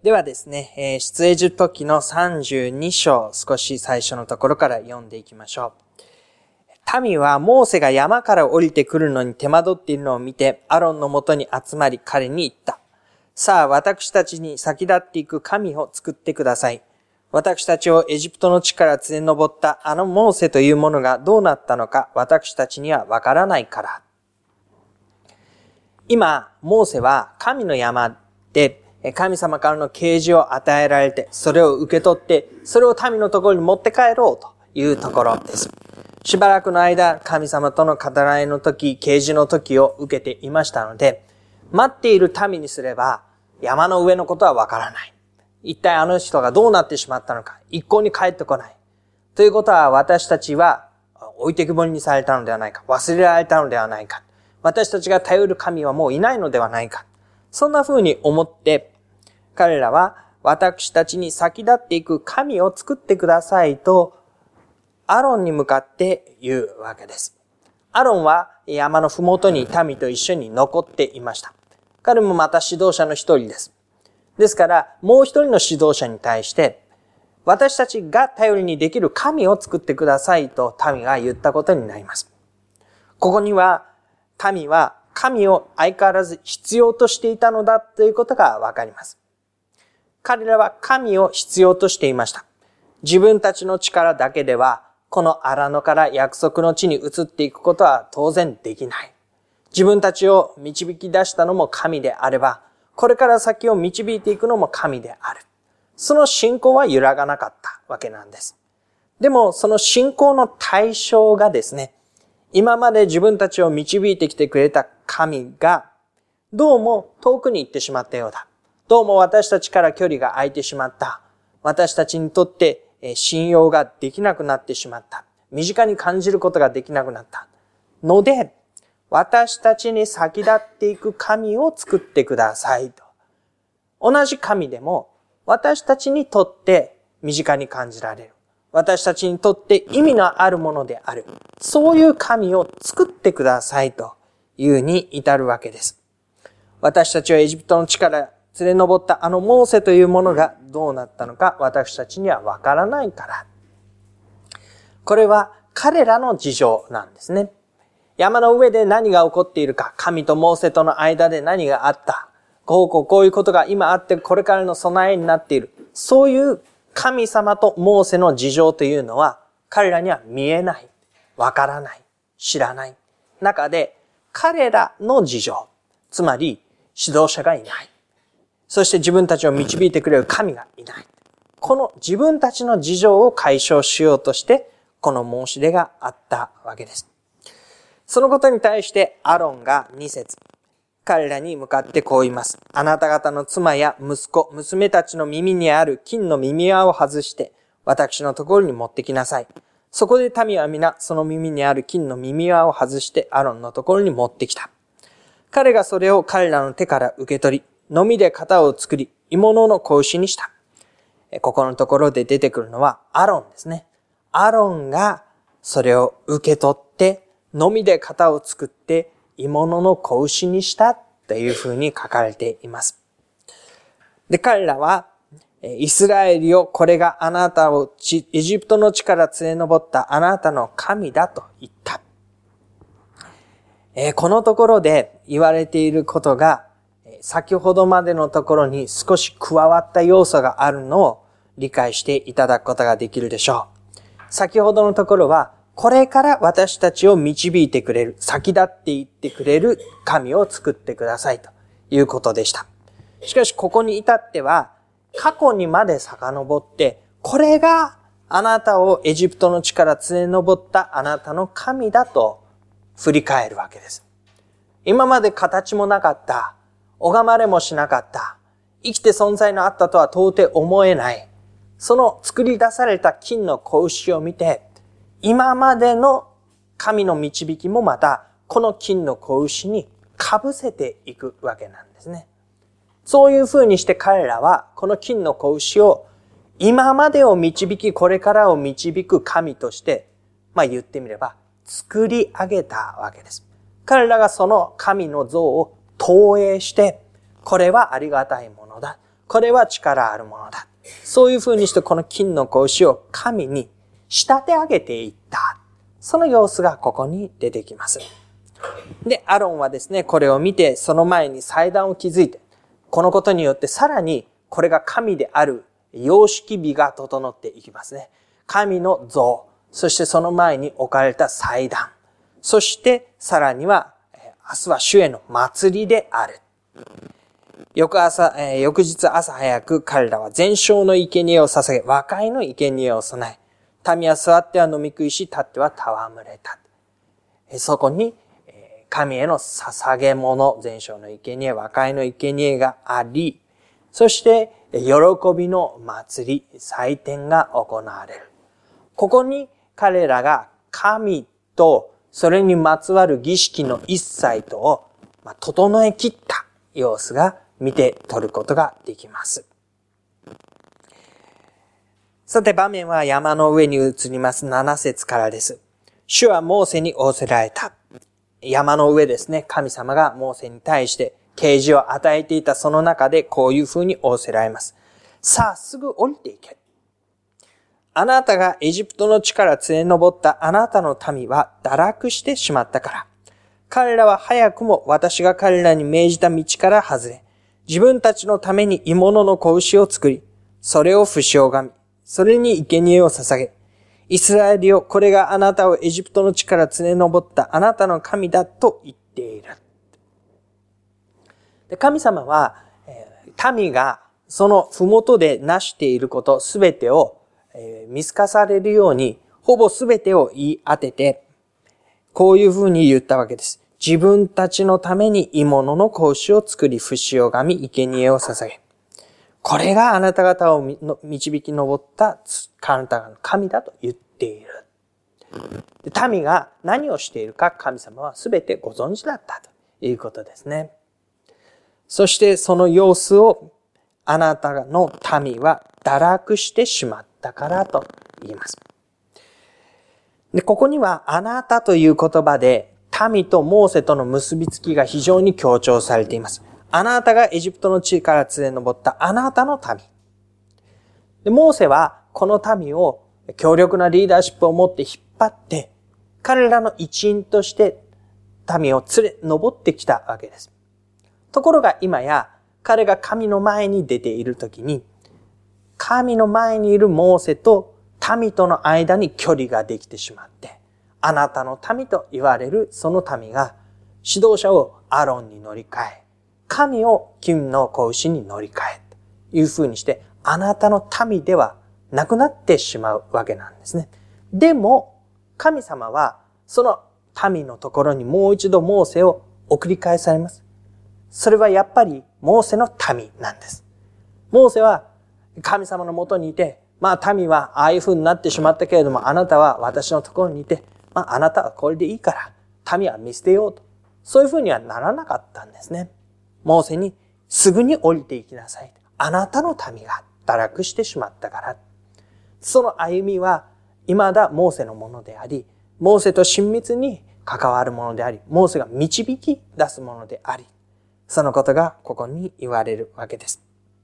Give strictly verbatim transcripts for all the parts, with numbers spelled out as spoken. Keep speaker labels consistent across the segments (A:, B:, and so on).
A: ではですね、えー、出エジプト記のさんじゅうに章、少し最初のところから読んでいきましょう。民はモーセが山から降りてくるのに手間取っているのを見て、アロンのもとに集まり彼に言った。さあ、私たちに先立っていく神を作ってください。私たちをエジプトの地から連れ上ったあのモーセというものがどうなったのか、私たちにはわからないから。今、モーセは神の山で、神様からの啓示を与えられて、それを受け取って、それを民のところに持って帰ろうというところです。しばらくの間、神様との語らいの時、啓示の時を受けていましたので、待っている民にすれば、山の上のことはわからない。一体あの人がどうなってしまったのか、一向に帰ってこない。ということは、私たちは置いてくぼりにされたのではないか、忘れられたのではないか、私たちが頼る神はもういないのではないか。そんな風に思って、彼らは私たちに先立っていく神を作ってくださいとアロンに向かって言うわけです。アロンは山のふもとに民と一緒に残っていました。彼もまた指導者の一人です。ですからもう一人の指導者に対して私たちが頼りにできる神を作ってくださいと民が言ったことになります。ここには民は神を相変わらず必要としていたのだということがわかります。彼らは神を必要としていました。自分たちの力だけでは、この荒野から約束の地に移っていくことは当然できない。自分たちを導き出したのも神であれば、これから先を導いていくのも神である。その信仰は揺らがなかったわけなんです。でも、その信仰の対象がですね、今まで自分たちを導いてきてくれた神が、どうも遠くに行ってしまったようだ。どうも私たちから距離が空いてしまった。私たちにとって信用ができなくなってしまった。身近に感じることができなくなった。ので、私たちに先立っていく神を作ってくださいと。同じ神でも私たちにとって身近に感じられる。私たちにとって意味のあるものである。そういう神を作ってくださいというに至るわけです。私たちはエジプトの地から連れ上ったあのモーセというものがどうなったのか私たちにはわからないから。これは彼らの事情なんですね。山の上で何が起こっているか、神とモーセとの間で何があった。こうこうこういうことが今あってこれからの備えになっている。そういう神様とモーセの事情というのは彼らには見えない、わからない、知らない。中で彼らの事情、つまり指導者がいない。そして自分たちを導いてくれる神がいない。この自分たちの事情を解消しようとして、この申し出があったわけです。そのことに対してアロンがに節、彼らに向かってこう言います。あなた方の妻や息子、娘たちの耳にある金の耳輪を外して、私のところに持ってきなさい。そこで民は皆その耳にある金の耳輪を外してアロンのところに持ってきた。彼がそれを彼らの手から受け取り、のみで型を作り、鋳物の子牛にした。ここのところで出てくるのはアロンですね。アロンがそれを受け取って、のみで型を作って鋳物の子牛にしたというふうに書かれています。で、彼らはイスラエルよ、これがあなたをエジプトの地から連れ上ったあなたの神だと言った。このところで言われていることが、先ほどまでのところに少し加わった要素があるのを理解していただくことができるでしょう。先ほどのところは、これから私たちを導いてくれる、先立っていってくれる神を作ってくださいということでした。しかしここに至っては、過去にまで遡って、これがあなたをエジプトの地から連れ上ったあなたの神だと振り返るわけです。今まで形もなかった、拝まれもしなかった、生きて存在のあったとは到底思えない、その作り出された金の子牛を見て、今までの神の導きもまたこの金の子牛に被せていくわけなんですね。そういう風にして彼らはこの金の子牛を今までを導きこれからを導く神として、まあ言ってみれば作り上げたわけです。彼らがその神の像を投影して、これはありがたいものだ。 これは力あるものだ。そういうふうにしてこの金の子牛を神に仕立て上げていった。その様子がここに出てきます。で、アロンはですね、これを見て、その前に祭壇を築いて、このことによってさらにこれが神である様式美が整っていきますね。神の像、そしてその前に置かれた祭壇、そしてさらには、明日は主への祭りである。翌朝、えー、翌日朝早く彼らは全焼の生贄を捧げ、和解の生贄を備え、民は座っては飲み食いし、立っては戯れた。そこに、神への捧げ物、全焼の生贄、和解の生贄があり、そして、喜びの祭り、祭典が行われる。ここに彼らが神とそれにまつわる儀式の一切とを整え切った様子が見て取ることができます。さて場面は山の上に移りますなな節からです。主はモーセに仰せられた。山の上ですね、神様がモーセに対して啓示を与えていたその中でこういうふうに仰せられます。さあすぐ降りていけ。あなたがエジプトの地から連れ上ったあなたの民は堕落してしまったから。彼らは早くも私が彼らに命じた道から外れ、自分たちのために鋳物の子牛を作り、それを節を拝み、それに生贄を捧げ、イスラエルよ、これがあなたをエジプトの地から連れ上ったあなたの神だと言っている。で神様は、民がそのふもとで成していることすべてを見透かされるように、ほぼすべてを言い当てて、こういうふうに言ったわけです。自分たちのために鋳物の子牛を作り、節を拝み、生贄を捧げ。これがあなた方を導き上ったあなた方の神だと言っている。民が何をしているか神様はすべてご存知だったということですね。そしてその様子をあなたの民は堕落してしまったからと言います。で、ここにはあなたという言葉で民とモーセとの結びつきが非常に強調されています。あなたがエジプトの地から連れ上ったあなたの民。で、モーセはこの民を強力なリーダーシップを持って引っ張って、彼らの一員として民を連れ上ってきたわけです。ところが今や彼が神の前に出ているときに、神の前にいるモーセと民との間に距離ができてしまって、あなたの民と言われるその民が指導者をアロンに乗り換え、神を金の子牛に乗り換えというふうにして、あなたの民ではなくなってしまうわけなんですね。でも、神様はその民のところにもう一度モーセを送り返されます。それはやっぱりモーセの民なんです。モーセは神様のもとにいて、まあ民はああいう風になってしまったけれども、あなたは私のところにいて、まああなたはこれでいいから、民は見捨てようと。そういう風にはならなかったんですね。モーセにすぐに降りていきなさい。あなたの民が堕落してしまったから。その歩みは未だモーセのものであり、モーセと親密に関わるものであり、モーセが導き出すものであり、そのことがここに言われるわけです。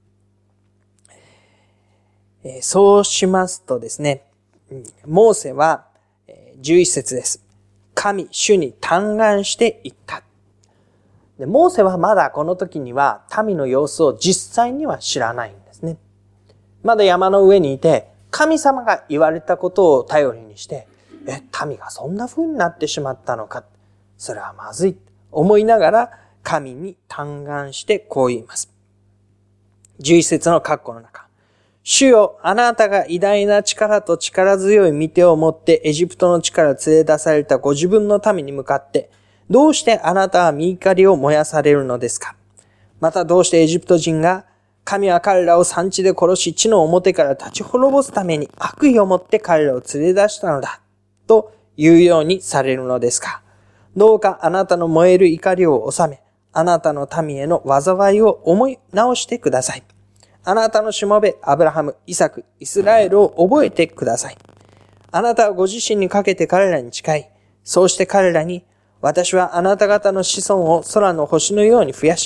A: そうしますとですね、モーセはじゅういち節です。神、主に嘆願して言った。でモーセはまだこの時には民の様子を実際には知らないんですね。まだ山の上にいて、神様が言われたことを頼りにして、え、民がそんな風になってしまったのか。それはまずい。思いながら神に嘆願してこう言います。じゅういち節の括弧の中。主よ、あなたが偉大な力と力強い御手を持ってエジプトの地から連れ出されたご自分の民に向かって、どうしてあなたは御怒りを燃やされるのですか？またどうしてエジプト人が、神は彼らを産地で殺し、地の表から立ち滅ぼすために悪意を持って彼らを連れ出したのだ、というようにされるのですか？どうかあなたの燃える怒りを収め、あなたの民への災いを思い直してください。あなたのしもべ、アブラハム、イサク、イスラエルを覚えてください。あなたはご自身にかけて彼らに誓い、そうして彼らに、私はあなた方の子孫を空の星のように増やし、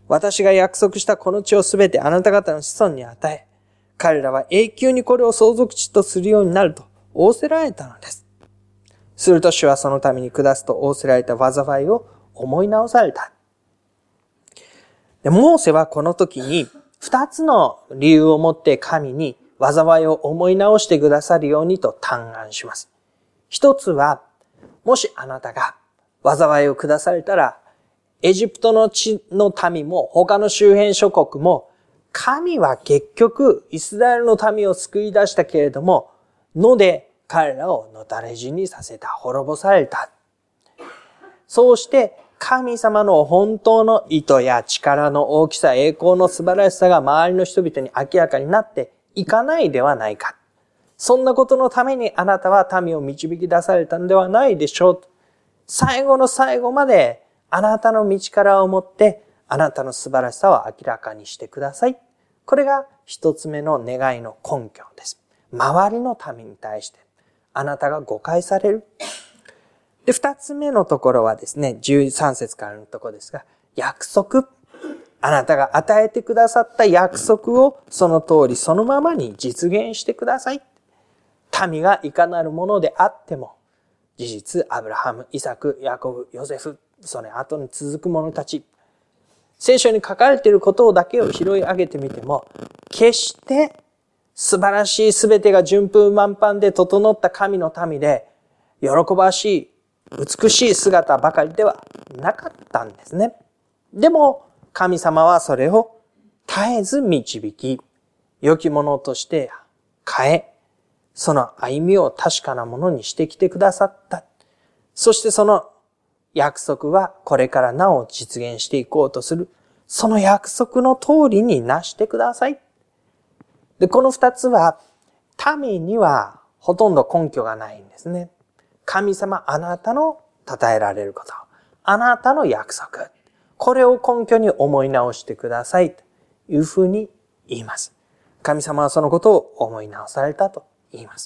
A: 私が約束したこの地をすべてあなた方の子孫に与え、彼らは永久にこれを相続地とするようになると仰せられたのです。すると主はそのために下すと仰せられた災いを思い直された。で、モーセはこの時に二つの理由をもって神に災いを思い直してくださるようにと嘆願します。一つは、もしあなたが災いを下されたら、エジプトの地の民も他の周辺諸国も、神は結局イスラエルの民を救い出したけれども、野で彼らを野たれ死にさせた、滅ぼされた。そうして神様の本当の意図や力の大きさ、栄光の素晴らしさが周りの人々に明らかになっていかないではないか。そんなことのためにあなたは民を導き出されたのではないでしょう。最後の最後まであなたの道からをもってあなたの素晴らしさを明らかにしてください。これが一つ目の願いの根拠です。周りの民に対してあなたが誤解される。で、二つ目のところはですね、じゅうさん節からのところですが、約束。あなたが与えてくださった約束をその通りそのままに実現してください。民がいかなるものであっても、事実、アブラハム、イサク、ヤコブ、ヨゼフ、その後に続く者たち、聖書に書かれていることだけを拾い上げてみても、決して素晴らしいすべてが順風満帆で整った神の民で、喜ばしい、美しい姿ばかりではなかったんですね。でも、神様はそれを絶えず導き、良きものとして変え、その歩みを確かなものにしてきてくださった。そしてその約束はこれからなお実現していこうとする。その約束の通りになしてください。で、この二つは民にはほとんど根拠がないんですね。神様あなたの称えられること。あなたの約束。これを根拠に思い直してくださいというふうに言います。神様はそのことを思い直されたと言います。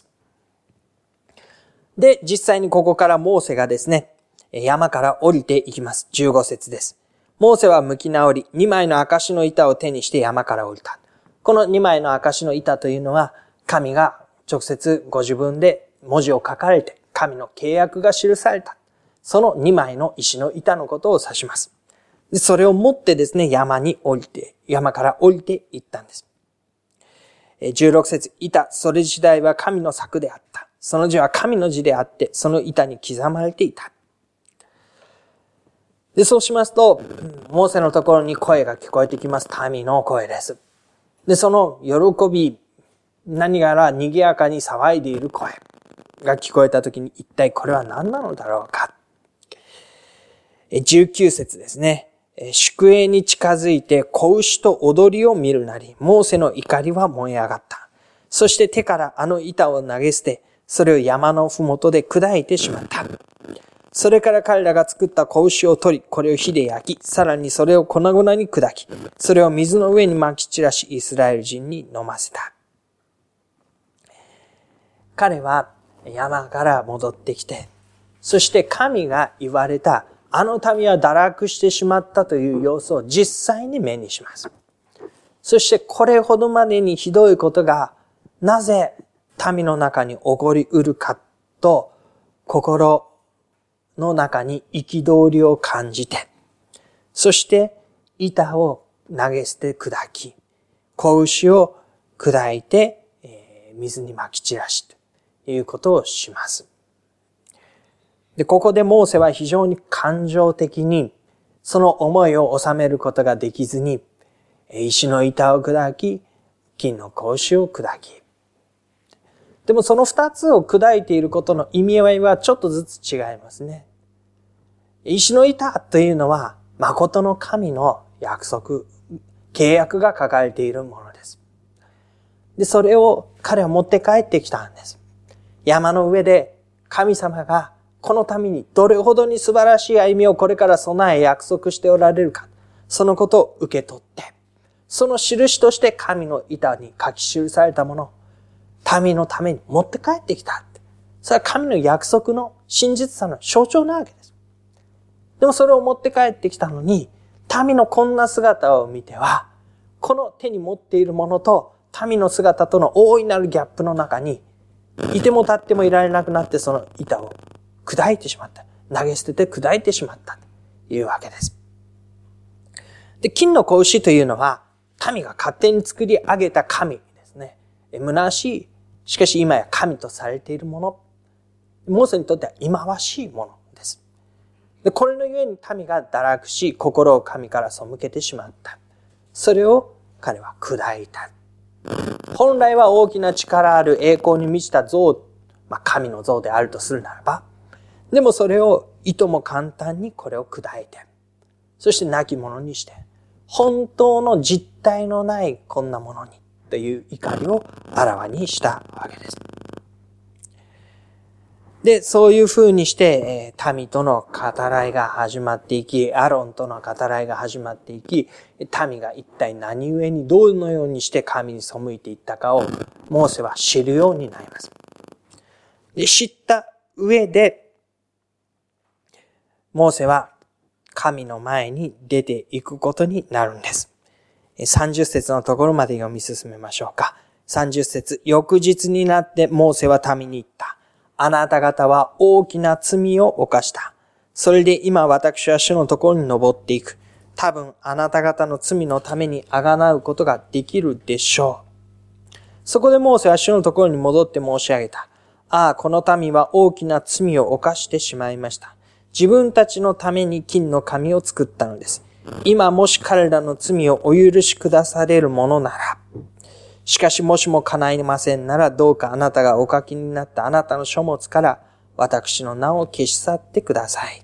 A: で、実際にここからモーセがですね、山から降りていきます。じゅうご節です。モーセは向き直り、にまいの証の板を手にして山から降りた。このにまいの証の板というのは、神が直接ご自分で文字を書かれて、神の契約が記された。そのにまいの石の板のことを指します。でそれを持ってですね、山に降りて、山から降りていったんです。じゅうろく節、板、それ自体は神の作であった。その字は神の字であって、その板に刻まれていた。で、そうしますと、モーセのところに声が聞こえてきます。民の声です。で、その喜び、何やら賑やかに騒いでいる声が聞こえたときに、一体これは何なのだろうか。じゅうきゅう節ですね。宿営に近づいて子牛と踊りを見るなり、モーセの怒りは燃え上がった。そして手からあの板を投げ捨て、それを山のふもとで砕いてしまった。それから彼らが作った子牛を取り、これを火で焼き、さらにそれを粉々に砕き、それを水の上に撒き散らし、イスラエル人に飲ませた。彼は山から戻ってきて、そして神が言われた、あの民は堕落してしまったという様子を実際に目にします。そしてこれほどまでにひどいことがなぜ民の中に起こりうるかと心の中に憤りを感じて、そして板を投げ捨て砕き、子牛を砕いて水に撒き散らしということをします。で、ここでモーセは非常に感情的にその思いを収めることができずに、石の板を砕き、金の子牛を砕き。でもその二つを砕いていることの意味合いはちょっとずつ違いますね。石の板というのは、誠の神の約束、契約が書かれているものです。で、それを彼は持って帰ってきたんです。山の上で神様がこのためにどれほどに素晴らしい歩みをこれから備え約束しておられるか、そのことを受け取って、その印として神の板に書き記されたものを民のために持って帰ってきた。それは神の約束の真実さの象徴なわけです。でもそれを持って帰ってきたのに、 民のこんな姿を見ては、この手に持っているものと民の姿との大いなるギャップの中に、いても立ってもいられなくなってその板を砕いてしまった。投げ捨てて砕いてしまったというわけです。で、金の子牛というのは、民が勝手に作り上げた神ですね。虚しい、しかし今や神とされているもの。モーセにとっては忌まわしいものです。で、これのゆえに民が堕落し、心を神から背けてしまった。それを彼は砕いた。本来は大きな力ある栄光に満ちた像、まあ神の像であるとするならば、でもそれをいとも簡単にこれを砕いて、そして亡き者にして、本当の実体のないこんなものにという怒りをあらわにしたわけです。で、そういう風にして、えー、民との語らいが始まっていき、アロンとの語らいが始まっていき、民が一体何故にどのようにして神に背いていったかを、モーセは知るようになります。で、知った上で、モーセは神の前に出ていくことになるんです。さんじゅっ節のところまで読み進めましょうか。さんじゅっ節、翌日になってモーセは民に言った。あなた方は大きな罪を犯した。それで今私は主のところに登っていく。多分あなた方の罪のためにあがなうことができるでしょう。そこでモーセは主のところに戻って申し上げた。ああ、この民は大きな罪を犯してしまいました。自分たちのために金の神を作ったのです。今もし彼らの罪をお許しくだされるものなら、しかしもしも叶いませんならどうかあなたがお書きになったあなたの書物から私の名を消し去ってください。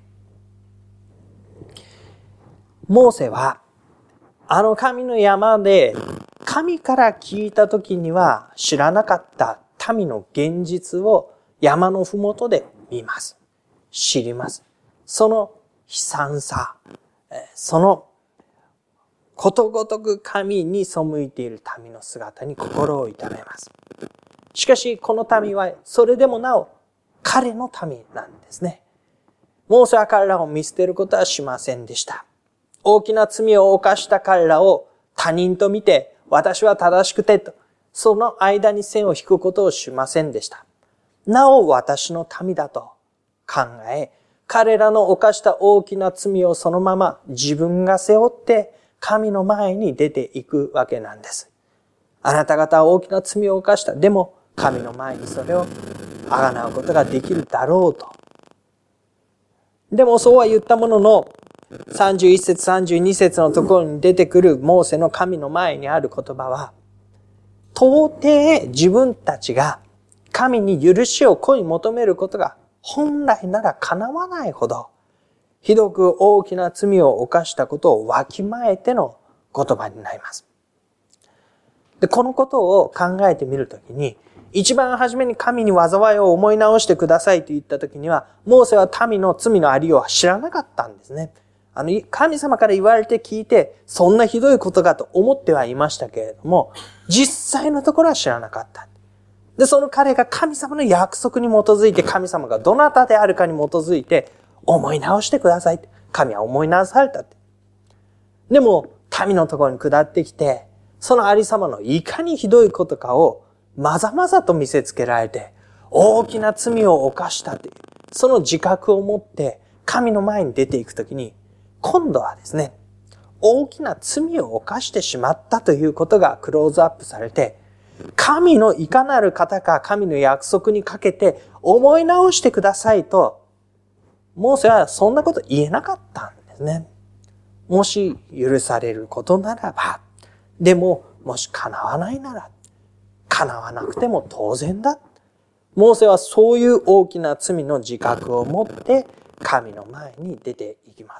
A: モーセはあの神の山で神から聞いた時には知らなかった民の現実を山のふもとで見ます。知ります。その悲惨さ、そのことごとく神に背いている民の姿に心を痛めます。しかしこの民はそれでもなお彼の民なんですね。モーセは彼らを見捨てることはしませんでした。大きな罪を犯した彼らを他人と見て私は正しくてと、その間に線を引くことをしませんでした。なお私の民だと考え、彼らの犯した大きな罪をそのまま自分が背負って神の前に出ていくわけなんです。あなた方は大きな罪を犯した。でも神の前にそれをあがなうことができるだろうと。でもそうは言ったものの、さんじゅういち節さんじゅうに節のところに出てくるモーセの神の前にある言葉は、到底自分たちが神に許しを恋求めることが本来なら叶わないほど、ひどく大きな罪を犯したことをわきまえての言葉になります。で、このことを考えてみるときに、一番初めに神に災いを思い直してくださいと言ったときには、モーセは民の罪のありようは知らなかったんですね。あの、神様から言われて聞いて、そんなひどいことかと思ってはいましたけれども、実際のところは知らなかった。で、その彼が神様の約束に基づいて、神様がどなたであるかに基づいて、思い直してくださいって。神は思い直されたって。でも、民のところに下ってきて、そのありさまのいかにひどいことかをまざまざと見せつけられて、大きな罪を犯したという、その自覚を持って神の前に出ていくときに、今度はですね、大きな罪を犯してしまったということがクローズアップされて、神のいかなる方か神の約束にかけて思い直してくださいと、モーセはそんなこと言えなかったんですね。もし許されることならば、でももし叶わないなら、叶わなくても当然だ。モーセはそういう大きな罪の自覚を持って神の前に出ていきます。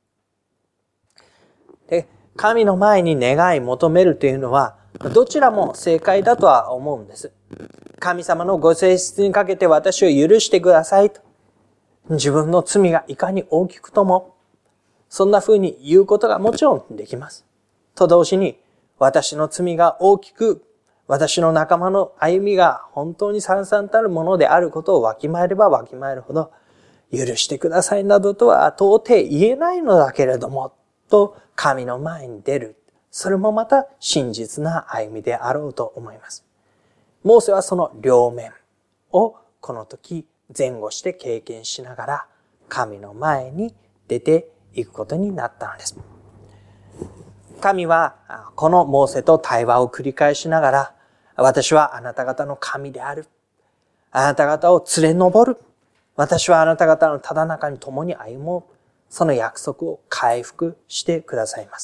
A: で、神の前に願い求めるというのは、どちらも正解だとは思うんです。神様のご性質にかけて私を許してくださいと。自分の罪がいかに大きくとも、そんな風に言うことがもちろんできます。と同時に、私の罪が大きく、私の仲間の歩みが本当に惨々たるものであることをわきまえればわきまえるほど、許してくださいなどとは到底言えないのだけれども、 と神の前に出る。それもまた真実な歩みであろうと思います。モーセはその両面をこの時前後して経験しながら神の前に出ていくことになったのです。神はこのモーセと対話を繰り返しながら、私はあなた方の神である。あなた方を連れ上る。私はあなた方のただ中に共に歩もう。その約束を回復してくださいます。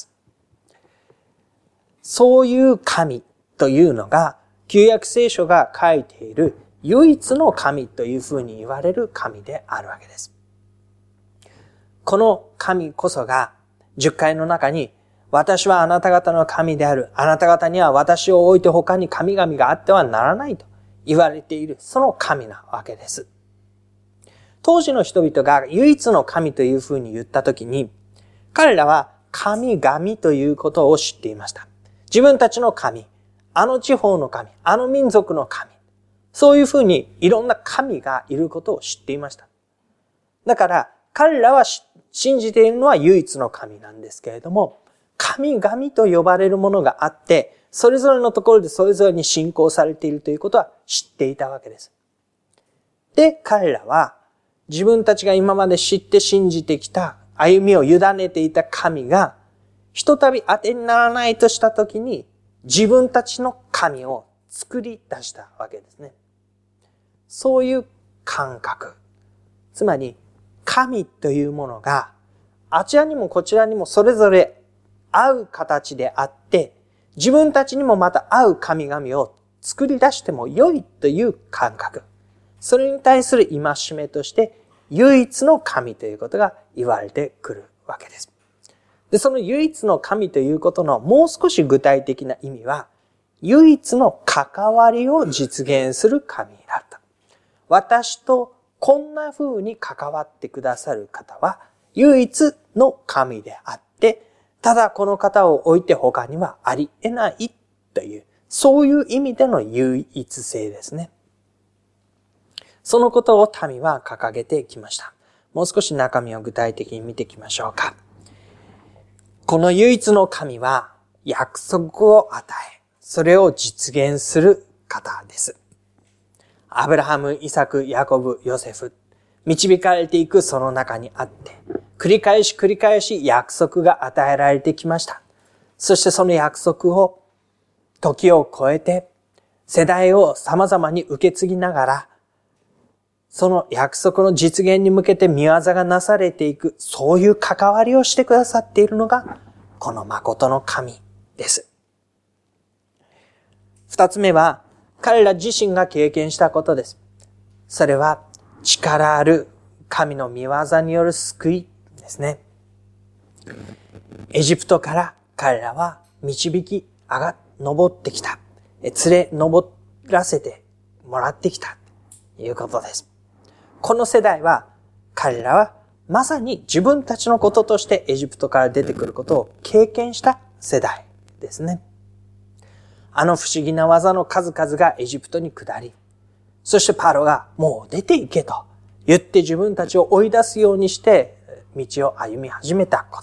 A: そういう神というのが、旧約聖書が書いている唯一の神というふうに言われる神であるわけです。この神こそが、十回の中に、私はあなた方の神である。あなた方には私を置いて他に神々があってはならないと言われている、その神なわけです。当時の人々が唯一の神というふうに言ったときに、彼らは神々ということを知っていました。自分たちの神、あの地方の神、あの民族の神、そういうふうにいろんな神がいることを知っていました。だから彼らは信じているのは唯一の神なんですけれども、神々と呼ばれるものがあって、それぞれのところでそれぞれに信仰されているということは知っていたわけです。で、彼らは自分たちが今まで知って信じてきた歩みを委ねていた神が、ひとたび当てにならないとしたときに、自分たちの神を作り出したわけですね。そういう感覚。つまり、神というものが、あちらにもこちらにもそれぞれ合う形であって、自分たちにもまた合う神々を作り出しても良いという感覚。それに対する戒めとして、唯一の神ということが言われてくるわけです。で、その唯一の神ということのもう少し具体的な意味は、唯一の関わりを実現する神だった。私とこんな風に関わってくださる方は、唯一の神であって、ただこの方を置いて他にはありえないという、そういう意味での唯一性ですね。そのことを民は掲げてきました。もう少し中身を具体的に見ていきましょうか。この唯一の神は約束を与え、それを実現する方です。アブラハム、イサク、ヤコブ、ヨセフ、導かれていくその中にあって、繰り返し繰り返し約束が与えられてきました。そしてその約束を時を超えて、世代を様々に受け継ぎながら、その約束の実現に向けて御業がなされていく、そういう関わりをしてくださっているのが、この誠の神です。二つ目は、彼ら自身が経験したことです。それは、力ある神の御業による救いですね。エジプトから彼らは導き上が、登ってきた。連れ登らせてもらってきた。ということです。この世代は、彼らはまさに自分たちのこととしてエジプトから出てくることを経験した世代ですね。あの不思議な技の数々がエジプトに下り、そしてパロがもう出て行けと言って自分たちを追い出すようにして道を歩み始めたこと。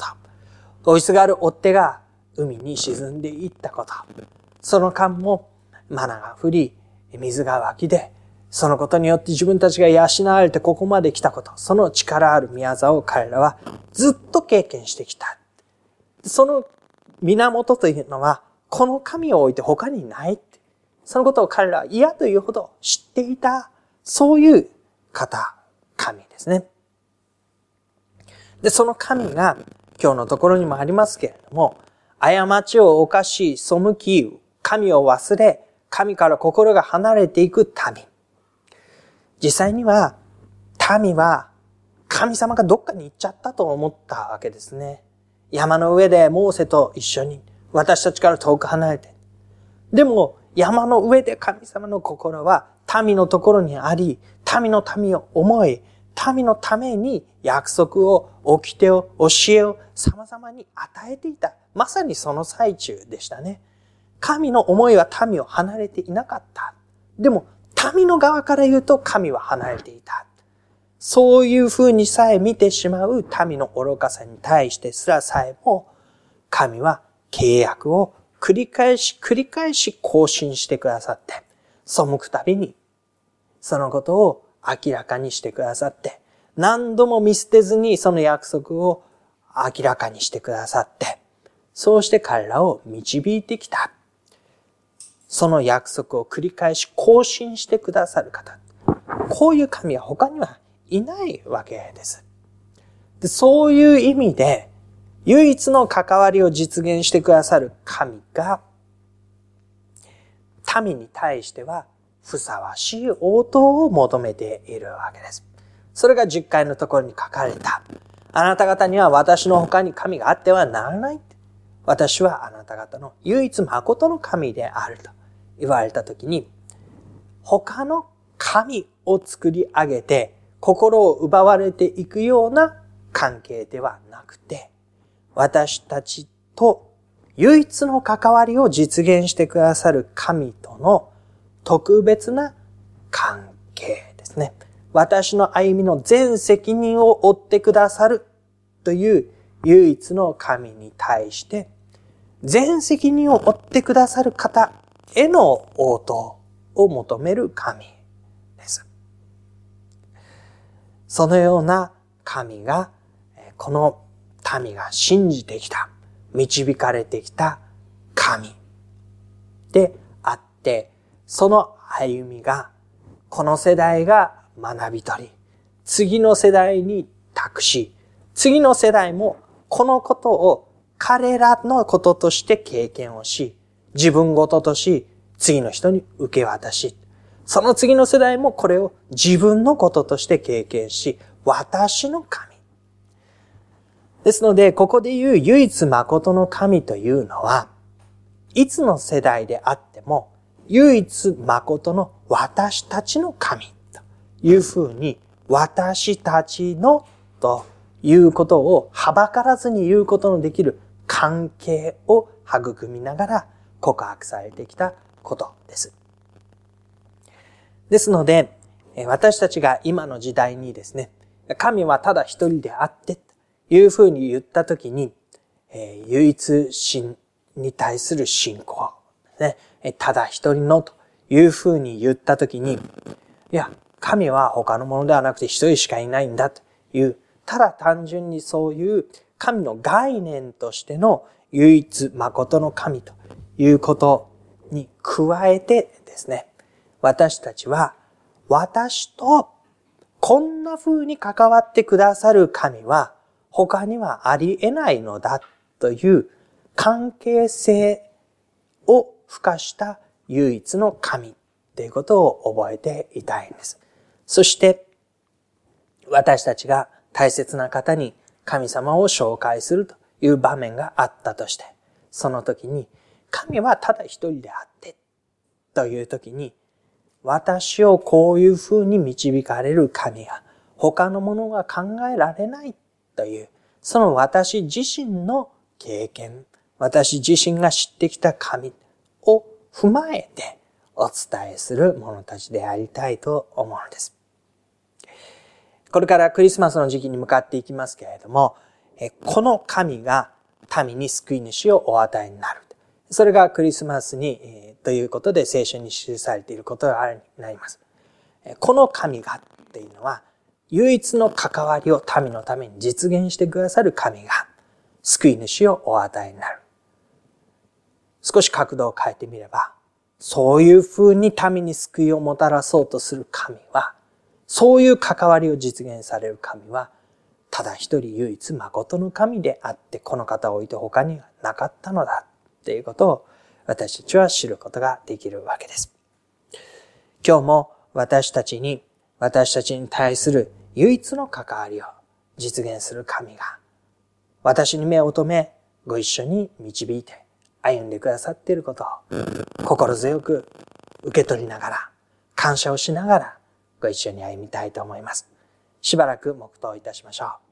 A: 追いすがる追っ手が海に沈んでいったこと。その間もマナが降り、水が湧き出、そのことによって自分たちが養われてここまで来たこと、その力ある御業を彼らはずっと経験してきた。その源というのは、この神を置いて他にないって。そのことを彼らは嫌というほど知っていた、そういう方、神ですね。で、その神が今日のところにもありますけれども、過ちを犯し、背き、神を忘れ、神から心が離れていく民。実際には、民は神様がどっかに行っちゃったと思ったわけですね。山の上でモーセと一緒に私たちから遠く離れて。でも山の上で神様の心は民のところにあり、民の民を思い、民のために約束を、掟を、教えを様々に与えていた。まさにその最中でしたね。神の思いは民を離れていなかった。でも民の側から言うと神は離れていた。そういう風にさえ見てしまう民の愚かさに対してすらさえも、 神は契約を繰り返し繰り返し更新してくださって、背くたびにそのことを明らかにしてくださって、何度も見捨てずにその約束を明らかにしてくださって、そうして彼らを導いてきた。その約束を繰り返し更新してくださる方。こういう神は他にはいないわけです。で、そういう意味で、唯一の関わりを実現してくださる神が、民に対してはふさわしい応答を求めているわけです。それがじゅっかいのところに書かれた。あなた方には私の他に神があってはならない。私はあなた方の唯一誠の神であると言われたときに、他の神を作り上げて心を奪われていくような関係ではなくて、私たちと唯一の関わりを実現してくださる神との特別な関係ですね。私の歩みの全責任を負ってくださるという唯一の神に対して、全責任を負ってくださる方への応答を求める神です。そのような神が、この民が信じてきた、導かれてきた神であって、その歩みが、この世代が学び取り、次の世代に託し、次の世代もこのことを彼らのこととして経験をし、自分ごととし、次の人に受け渡し、その次の世代もこれを自分のこととして経験し、私の神。ですので、ここで言う唯一誠の神というのは、いつの世代であっても、唯一誠の私たちの神というふうに、私たちのということをはばからずに言うことのできる関係を育みながら告白されてきたことです。ですので、私たちが今の時代にですね、神はただ一人であってというふうに言ったときに、えー、唯一神に対する信仰、ね、ただ一人のというふうに言ったときに、いや、神は他のものではなくて一人しかいないんだという、ただ単純にそういう神の概念としての唯一誠の神ということに加えてですね、私たちは私とこんな風に関わってくださる神は他にはありえないのだという関係性を付加した唯一の神ということを覚えていたいんです。そして私たちが大切な方に神様を紹介するという場面があったとして、その時に神はただ一人であってという時に、私をこういう風に導かれる神が他のものが考えられないという、その私自身の経験、私自身が知ってきた神を踏まえてお伝えする者たちでありたいと思うのです。これからクリスマスの時期に向かっていきますけれども、この神が民に救い主をお与えになる。それがクリスマスにということで聖書に記されていることがになります。この神がっていうのは唯一の関わりを民のために実現してくださる神が救い主をお与えになる。少し角度を変えてみれば、そういう風に民に救いをもたらそうとする神は、そういう関わりを実現される神は、ただ一人唯一誠の神であって、この方を置いて他にはなかったのだということを私たちは知ることができるわけです。今日も私たちに、私たちに対する唯一の関わりを実現する神が、私に目を留め、ご一緒に導いて歩んでくださっていることを心強く受け取りながら、感謝をしながらご一緒に歩みたいと思います。しばらく黙祷いたしましょう。